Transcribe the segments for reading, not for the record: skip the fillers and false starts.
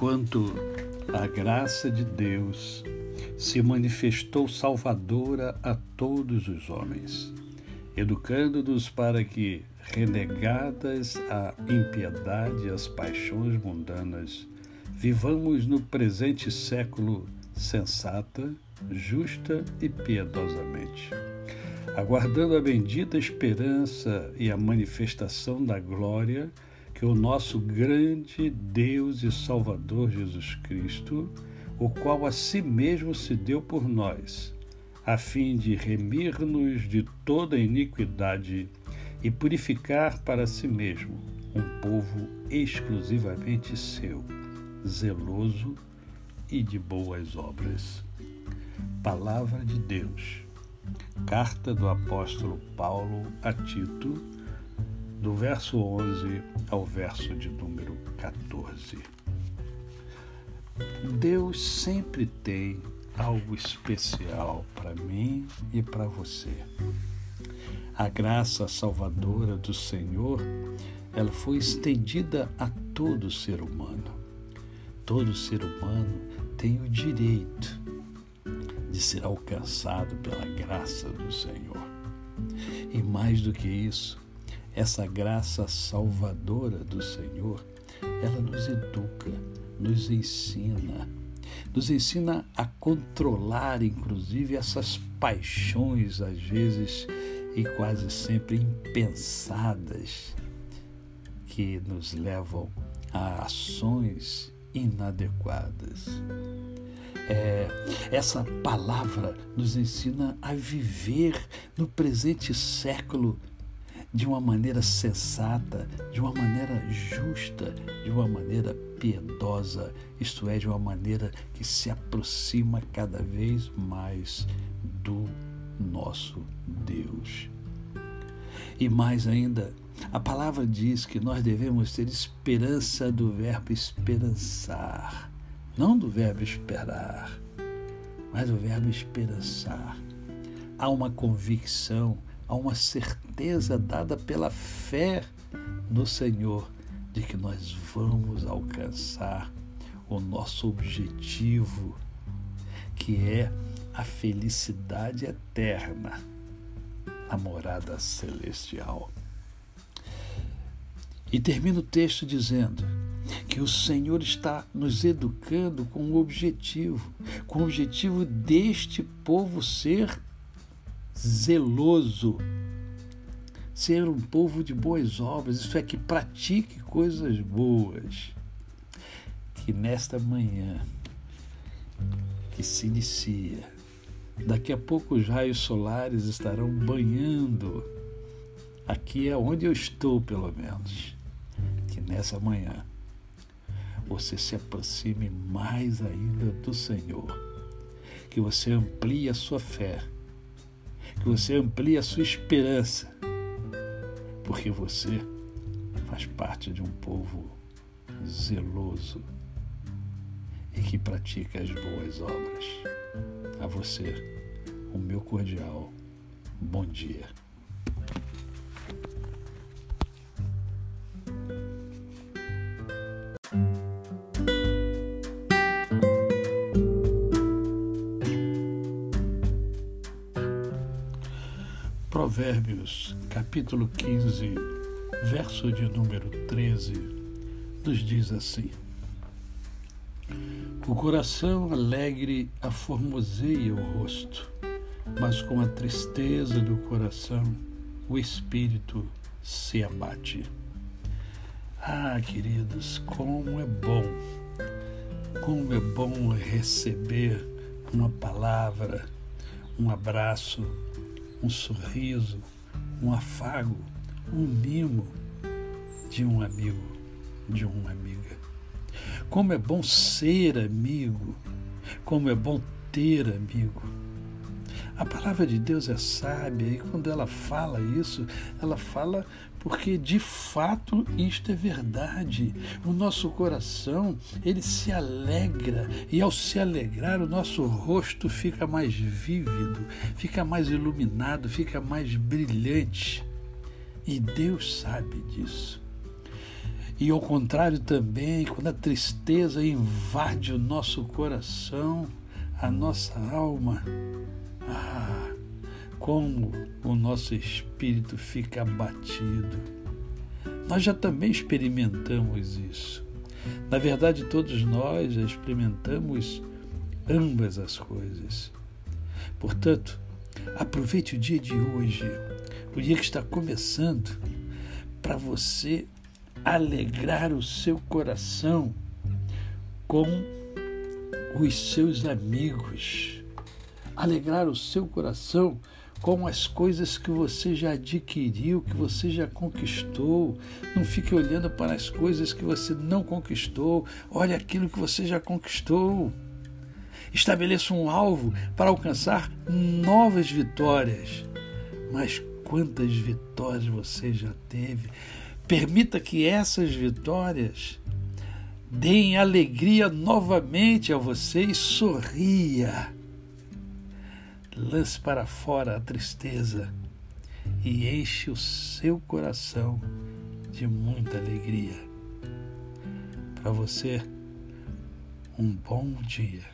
Porquanto a graça de Deus se manifestou salvadora a todos os homens, educando-nos para que, renegadas a impiedade e as paixões mundanas, vivamos no presente século sensata, justa e piedosamente, aguardando a bendita esperança e a manifestação da glória que o nosso grande Deus e Salvador Jesus Cristo, o qual a si mesmo se deu por nós, a fim de remir-nos de toda iniquidade e purificar para si mesmo um povo exclusivamente seu, zeloso e de boas obras. Palavra de Deus. Carta do apóstolo Paulo a Tito, do verso 11 ao verso de número 14. Deus sempre tem algo especial para mim e para você. A graça salvadora do Senhor, ela foi estendida a todo ser humano. Todo ser humano tem o direito de ser alcançado pela graça do Senhor. E mais do que isso, essa graça salvadora do Senhor, ela nos educa, nos ensina a controlar, inclusive, essas paixões, às vezes, e quase sempre impensadas, que nos levam a ações inadequadas. Essa palavra nos ensina a viver no presente século de uma maneira sensata, de uma maneira justa, de uma maneira piedosa, isto é, de uma maneira que se aproxima cada vez mais do nosso Deus. E mais ainda, a palavra diz que nós devemos ter esperança do verbo esperançar, não do verbo esperar, mas do verbo esperançar. Há uma convicção, há uma certeza dada pela fé no Senhor de que nós vamos alcançar o nosso objetivo, que é a felicidade eterna, a morada celestial. E termina o texto dizendo que o Senhor está nos educando com o objetivo deste povo ser zeloso, ser um povo de boas obras, isso é, que pratique coisas boas. Que nesta manhã que se inicia, daqui a pouco os raios solares estarão banhando, aqui é onde eu estou pelo menos, que nessa manhã você se aproxime mais ainda do Senhor, que você amplie a sua fé, que você amplie a sua esperança, porque você faz parte de um povo zeloso e que pratica as boas obras. A você, o meu cordial bom dia. Provérbios, capítulo 15, verso de número 13, nos diz assim: o coração alegre aformoseia o rosto, mas com a tristeza do coração o espírito se abate. Ah, queridos, como é bom receber uma palavra, um abraço, um sorriso, um afago, um mimo de um amigo, de uma amiga. Como é bom ser amigo, como é bom ter amigo. A palavra de Deus é sábia e quando ela fala isso, ela fala porque de fato isto é verdade. O nosso coração, ele se alegra e ao se alegrar o nosso rosto fica mais vívido, fica mais iluminado, fica mais brilhante. E Deus sabe disso. E ao contrário também, quando a tristeza invade o nosso coração, a nossa alma, como o nosso espírito fica abatido. Nós já também experimentamos isso. Na verdade, todos nós já experimentamos ambas as coisas. Portanto, aproveite o dia de hoje, o dia que está começando, para você alegrar o seu coração com os seus amigos, alegrar o seu coração com as coisas que você já adquiriu, que você já conquistou. Não fique olhando para as coisas que você não conquistou, olhe aquilo que você já conquistou. Estabeleça um alvo para alcançar novas vitórias. Mas quantas vitórias você já teve? Permita que essas vitórias deem alegria novamente a você e sorria. Lance para fora a tristeza e enche o seu coração de muita alegria. Para você, um bom dia.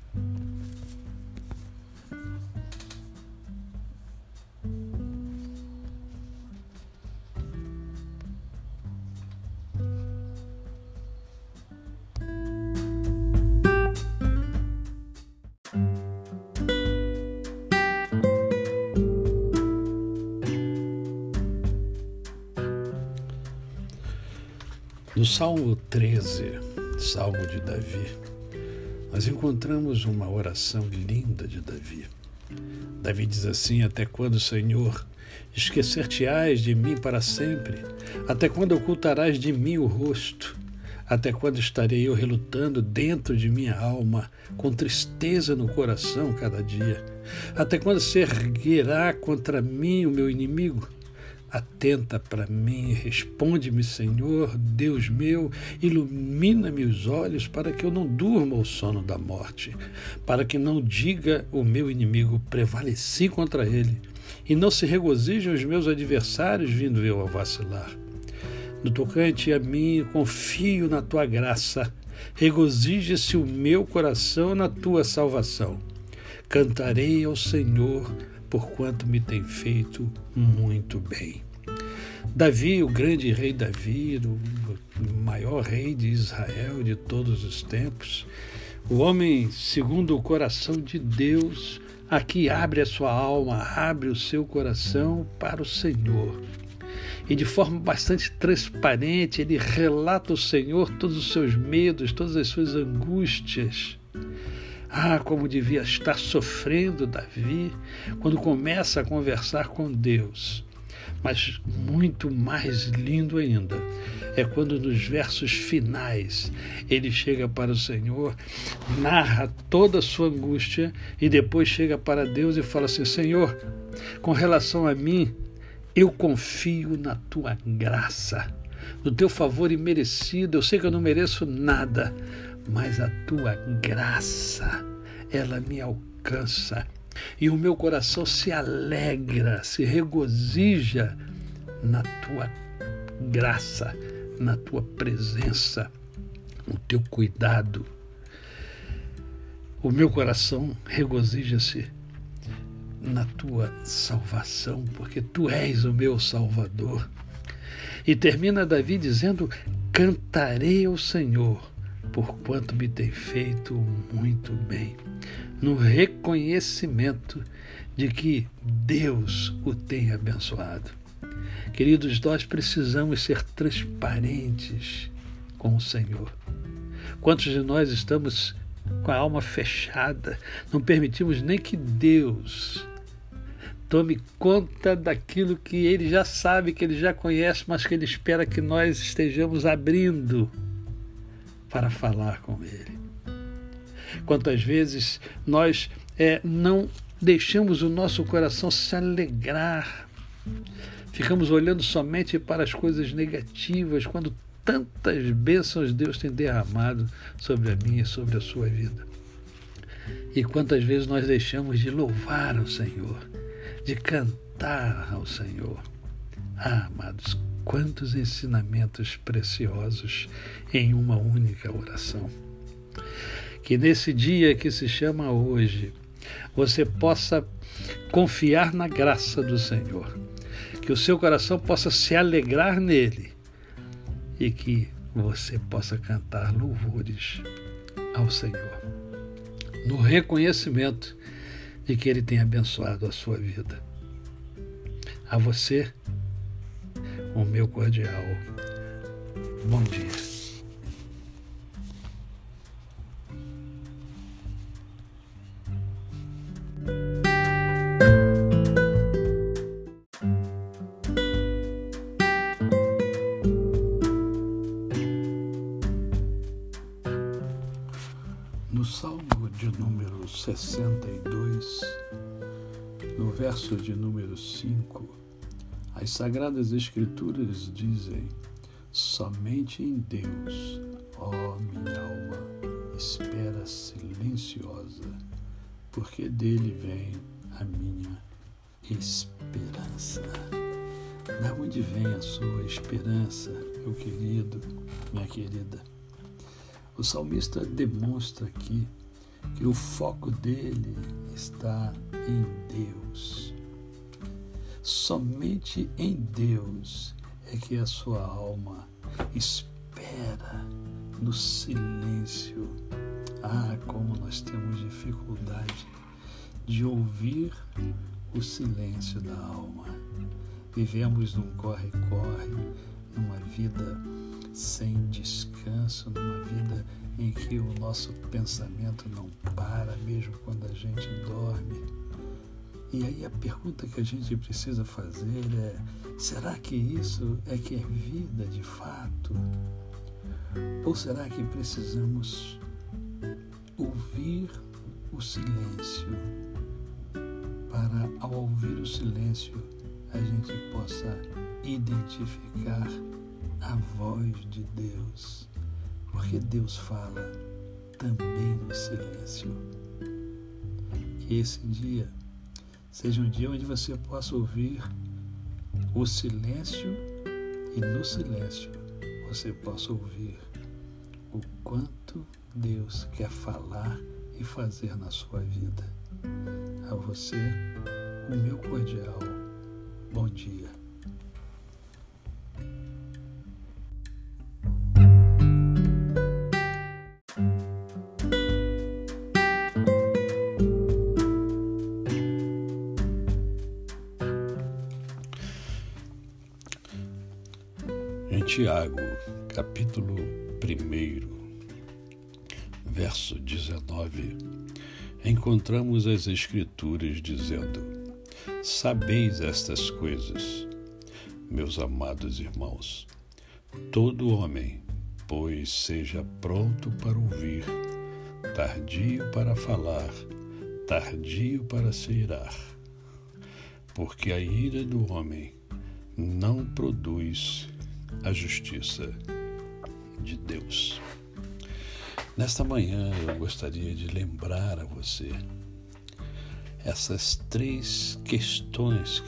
No Salmo 13, Salmo de Davi, nós encontramos uma oração linda de Davi. Davi diz assim: até quando, Senhor, esquecer-te-ás de mim para sempre? Até quando ocultarás de mim o rosto? Até quando estarei eu relutando dentro de minha alma, com tristeza no coração cada dia? Até quando se erguerá contra mim o meu inimigo? Atenta para mim, responde-me, Senhor, Deus meu, ilumina-me os olhos para que eu não durma o sono da morte, para que não diga o meu inimigo, prevaleci contra ele, e não se regozijem os meus adversários, vindo eu a vacilar. No tocante a mim, confio na tua graça, regozije-se o meu coração na tua salvação. Cantarei ao Senhor, porquanto me tem feito muito bem. Davi, o grande rei Davi, o maior rei de Israel de todos os tempos, o homem segundo o coração de Deus, aqui abre a sua alma, abre o seu coração para o Senhor. E de forma bastante transparente, ele relata ao Senhor todos os seus medos, todas as suas angústias. Como devia estar sofrendo Davi quando começa a conversar com Deus. Mas muito mais lindo ainda é quando nos versos finais ele chega para o Senhor, narra toda a sua angústia e depois chega para Deus e fala assim: Senhor, com relação a mim, eu confio na tua graça, no teu favor imerecido. Eu sei que eu não mereço nada, mas a tua graça, ela me alcança. E o meu coração se alegra, se regozija na tua graça, na tua presença, no teu cuidado. O meu coração regozija-se na tua salvação, porque tu és o meu Salvador. E termina Davi dizendo: cantarei ao Senhor, porquanto me tem feito muito bem, no reconhecimento de que Deus o tem abençoado. Queridos, nós precisamos ser transparentes com o Senhor. Quantos de nós estamos com a alma fechada, não permitimos nem que Deus tome conta daquilo que Ele já sabe, que Ele já conhece, mas que Ele espera que nós estejamos abrindo para falar com Ele. Quantas vezes nós não deixamos o nosso coração se alegrar, ficamos olhando somente para as coisas negativas, quando tantas bênçãos Deus tem derramado sobre a minha e sobre a sua vida. E quantas vezes nós deixamos de louvar ao Senhor, de cantar ao Senhor. Amados, Quantos ensinamentos preciosos em uma única oração. Que nesse dia que se chama hoje, você possa confiar na graça do Senhor, que o seu coração possa se alegrar nele e que você possa cantar louvores ao Senhor, no reconhecimento de que Ele tem abençoado a sua vida. A você, o meu cordial bom dia. No Salmo de número 62, no verso de número 5, as Sagradas Escrituras dizem: somente em Deus, ó minha alma, espera silenciosa, porque dele vem a minha esperança. Da onde vem a sua esperança, meu querido, minha querida? O salmista demonstra aqui que o foco dele está em Deus. Somente em Deus é que a sua alma espera no silêncio. Como nós temos dificuldade de ouvir o silêncio da alma. Vivemos num corre-corre, numa vida sem descanso, numa vida em que o nosso pensamento não para, mesmo quando a gente dorme. E aí a pergunta que a gente precisa fazer é: será que isso é que é vida de fato? Ou será que precisamos ouvir o silêncio para, ao ouvir o silêncio, a gente possa identificar a voz de Deus, porque Deus fala também no silêncio. Que esse dia seja um dia onde você possa ouvir o silêncio e no silêncio você possa ouvir o quanto Deus quer falar e fazer na sua vida. A você, o meu cordial bom dia. Em Tiago, capítulo 1, verso 19, encontramos as Escrituras dizendo: sabeis estas coisas, meus amados irmãos, todo homem, pois, seja pronto para ouvir, tardio para falar, tardio para se irar, porque a ira do homem não produz a justiça de Deus. Nesta manhã eu gostaria de lembrar a você essas 3 questões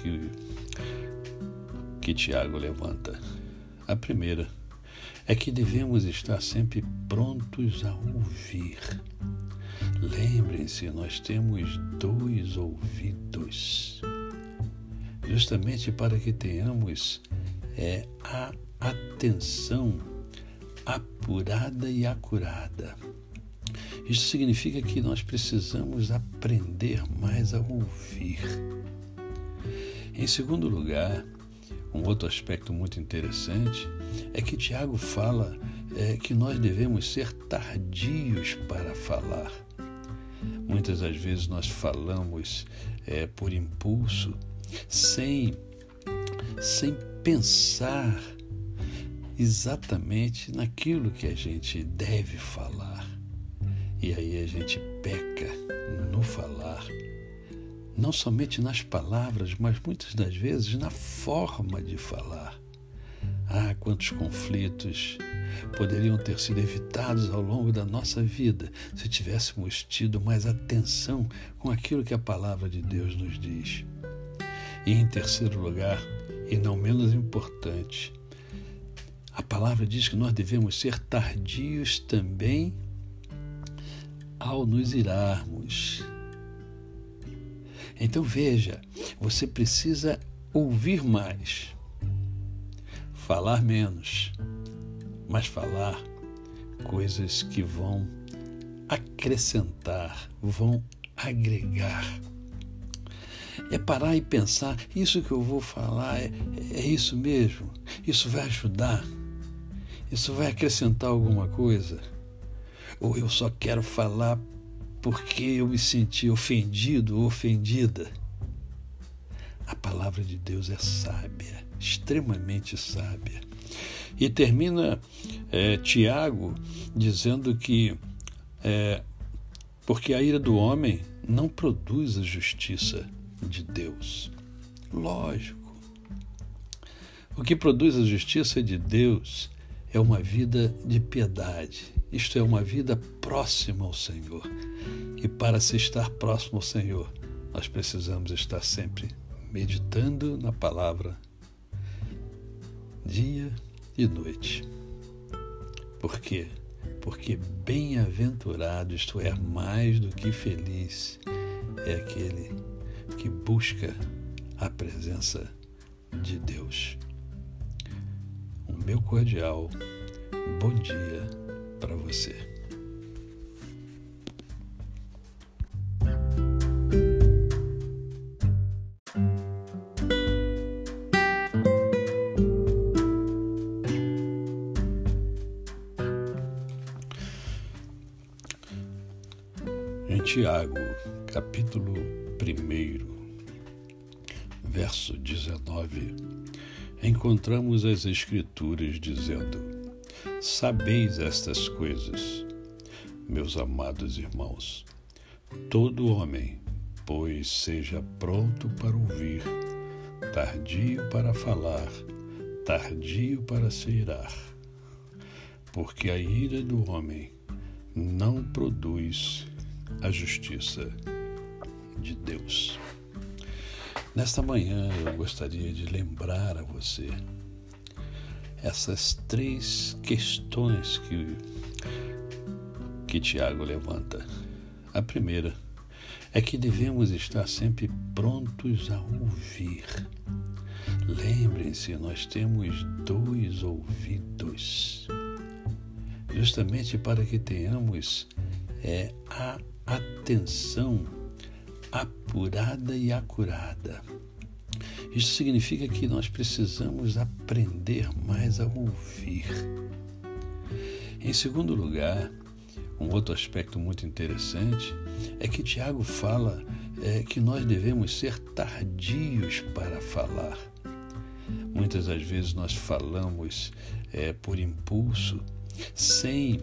que Tiago levanta. A primeira é que devemos estar sempre prontos a ouvir. Lembrem-se, nós temos 2 ouvidos, justamente para que tenhamos a atenção apurada e acurada. Isso significa que nós precisamos aprender mais a ouvir. Em segundo lugar, um outro aspecto muito interessante é que Tiago fala que nós devemos ser tardios para falar. Muitas das vezes nós falamos por impulso, sem pensar exatamente naquilo que a gente deve falar. E aí a gente peca no falar, não somente nas palavras, mas muitas das vezes na forma de falar. Quantos conflitos poderiam ter sido evitados ao longo da nossa vida se tivéssemos tido mais atenção com aquilo que a palavra de Deus nos diz. E em terceiro lugar, e não menos importante, A palavra diz que nós devemos ser tardios também ao nos irarmos. Então veja, você precisa ouvir mais, falar menos, mas falar coisas que vão acrescentar, vão agregar. É parar e pensar, isso que eu vou falar é isso mesmo? Isso vai ajudar? Isso vai acrescentar alguma coisa? Ou eu só quero falar porque eu me senti ofendido ou ofendida? A palavra de Deus é sábia, extremamente sábia. E termina Tiago dizendo que porque a ira do homem não produz a justiça de Deus. Lógico. O que produz a justiça de Deus é uma vida de piedade. Isto é, uma vida próxima ao Senhor. E para se estar próximo ao Senhor, nós precisamos estar sempre meditando na palavra, dia e noite. Por quê? Porque bem-aventurado, isto é, mais do que feliz, é aquele que busca a presença de Deus. O meu cordial bom dia para você. Em Tiago, capítulo 1, verso 19, encontramos as Escrituras dizendo: sabeis estas coisas, meus amados irmãos. Todo homem, pois, seja pronto para ouvir, tardio para falar, tardio para se irar. Porque a ira do homem não produz a justiça de Deus. Nesta manhã eu gostaria de lembrar a você essas 3 questões que Tiago levanta. A primeira é que devemos estar sempre prontos a ouvir. Lembrem-se, nós temos 2 ouvidos, justamente para que tenhamos a atenção apurada e acurada. Isso significa que nós precisamos aprender mais a ouvir. Em segundo lugar, um outro aspecto muito interessante é que Tiago fala que nós devemos ser tardios para falar. Muitas das vezes nós falamos por impulso, sem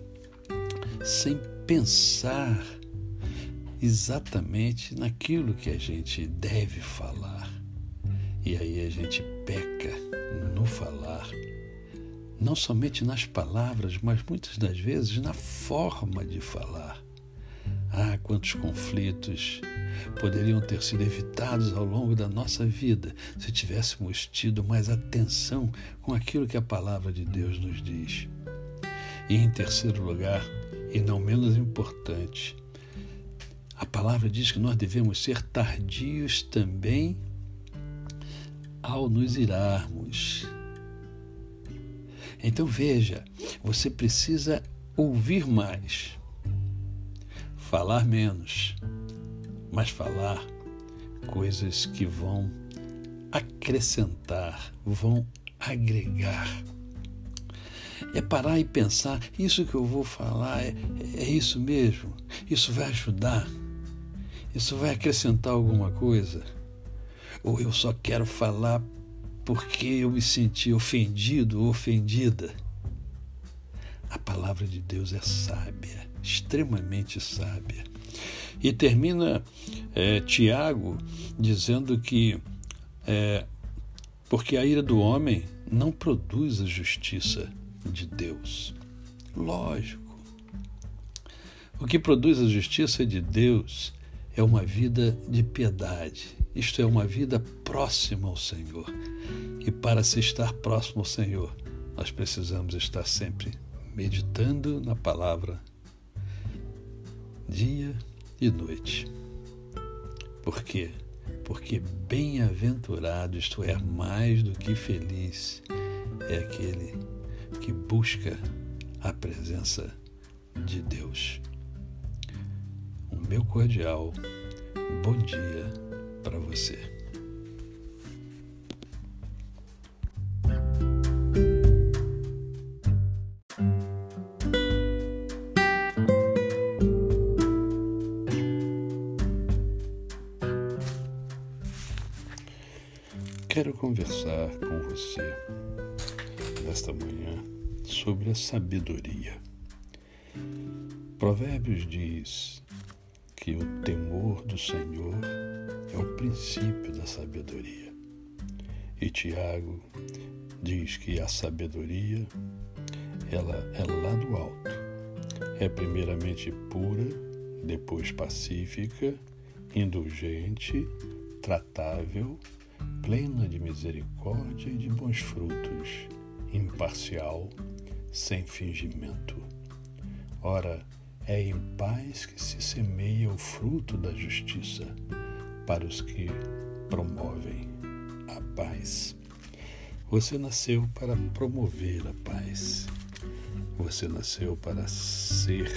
pensar exatamente naquilo que a gente deve falar. E aí a gente peca no falar, não somente nas palavras, mas muitas das vezes na forma de falar. Quantos conflitos poderiam ter sido evitados ao longo da nossa vida se tivéssemos tido mais atenção com aquilo que a palavra de Deus nos diz. E em terceiro lugar, e não menos importante, a palavra diz que nós devemos ser tardios também ao nos irarmos. Então veja, você precisa ouvir mais, falar menos, mas falar coisas que vão acrescentar, vão agregar. É parar e pensar, isso que eu vou falar é isso mesmo? Isso vai ajudar? Isso vai acrescentar alguma coisa? Ou eu só quero falar porque eu me senti ofendido ou ofendida? A palavra de Deus é sábia, extremamente sábia. E termina Tiago dizendo que porque a ira do homem não produz a justiça de Deus. Lógico. O que produz a justiça de Deus é uma vida de piedade. Isto é, uma vida próxima ao Senhor. E para se estar próximo ao Senhor, nós precisamos estar sempre meditando na palavra dia e noite. Por quê? Porque bem-aventurado, isto é, mais do que feliz, é aquele que busca a presença de Deus. O meu cordial bom dia para você. Quero conversar com você nesta manhã sobre a sabedoria. Provérbios diz que o temor do Senhor é o princípio da sabedoria. E Tiago diz que a sabedoria, ela é lá do alto. É primeiramente pura, depois pacífica, indulgente, tratável, plena de misericórdia e de bons frutos, imparcial, sem fingimento. Ora, é em paz que se semeia o fruto da justiça para os que promovem a paz. Você nasceu para promover a paz. Você nasceu para ser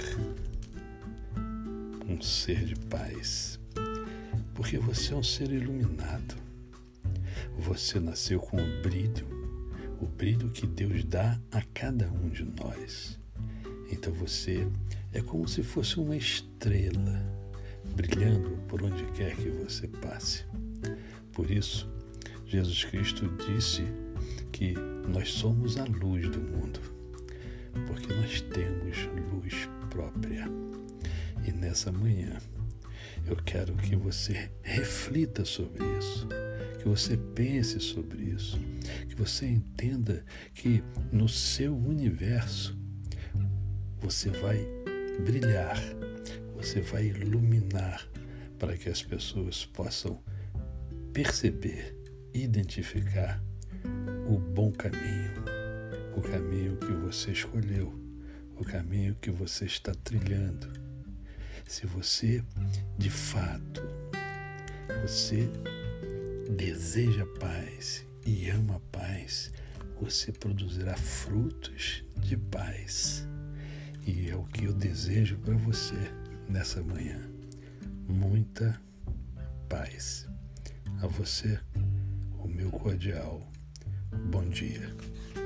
um ser de paz, porque você é um ser iluminado. Você nasceu com o brilho que Deus dá a cada um de nós. Então você é como se fosse uma estrela, brilhando por onde quer que você passe. Por isso, Jesus Cristo disse que nós somos a luz do mundo, porque nós temos luz própria. E nessa manhã, eu quero que você reflita sobre isso, que você pense sobre isso, que você entenda que no seu universo você vai brilhar, você vai iluminar para que as pessoas possam perceber, identificar o bom caminho, o caminho que você escolheu, o caminho que você está trilhando. Se você, de fato, você deseja paz e ama paz, você produzirá frutos de paz. E é o que eu desejo para você nessa manhã. Muita paz. A você, o meu cordial bom dia.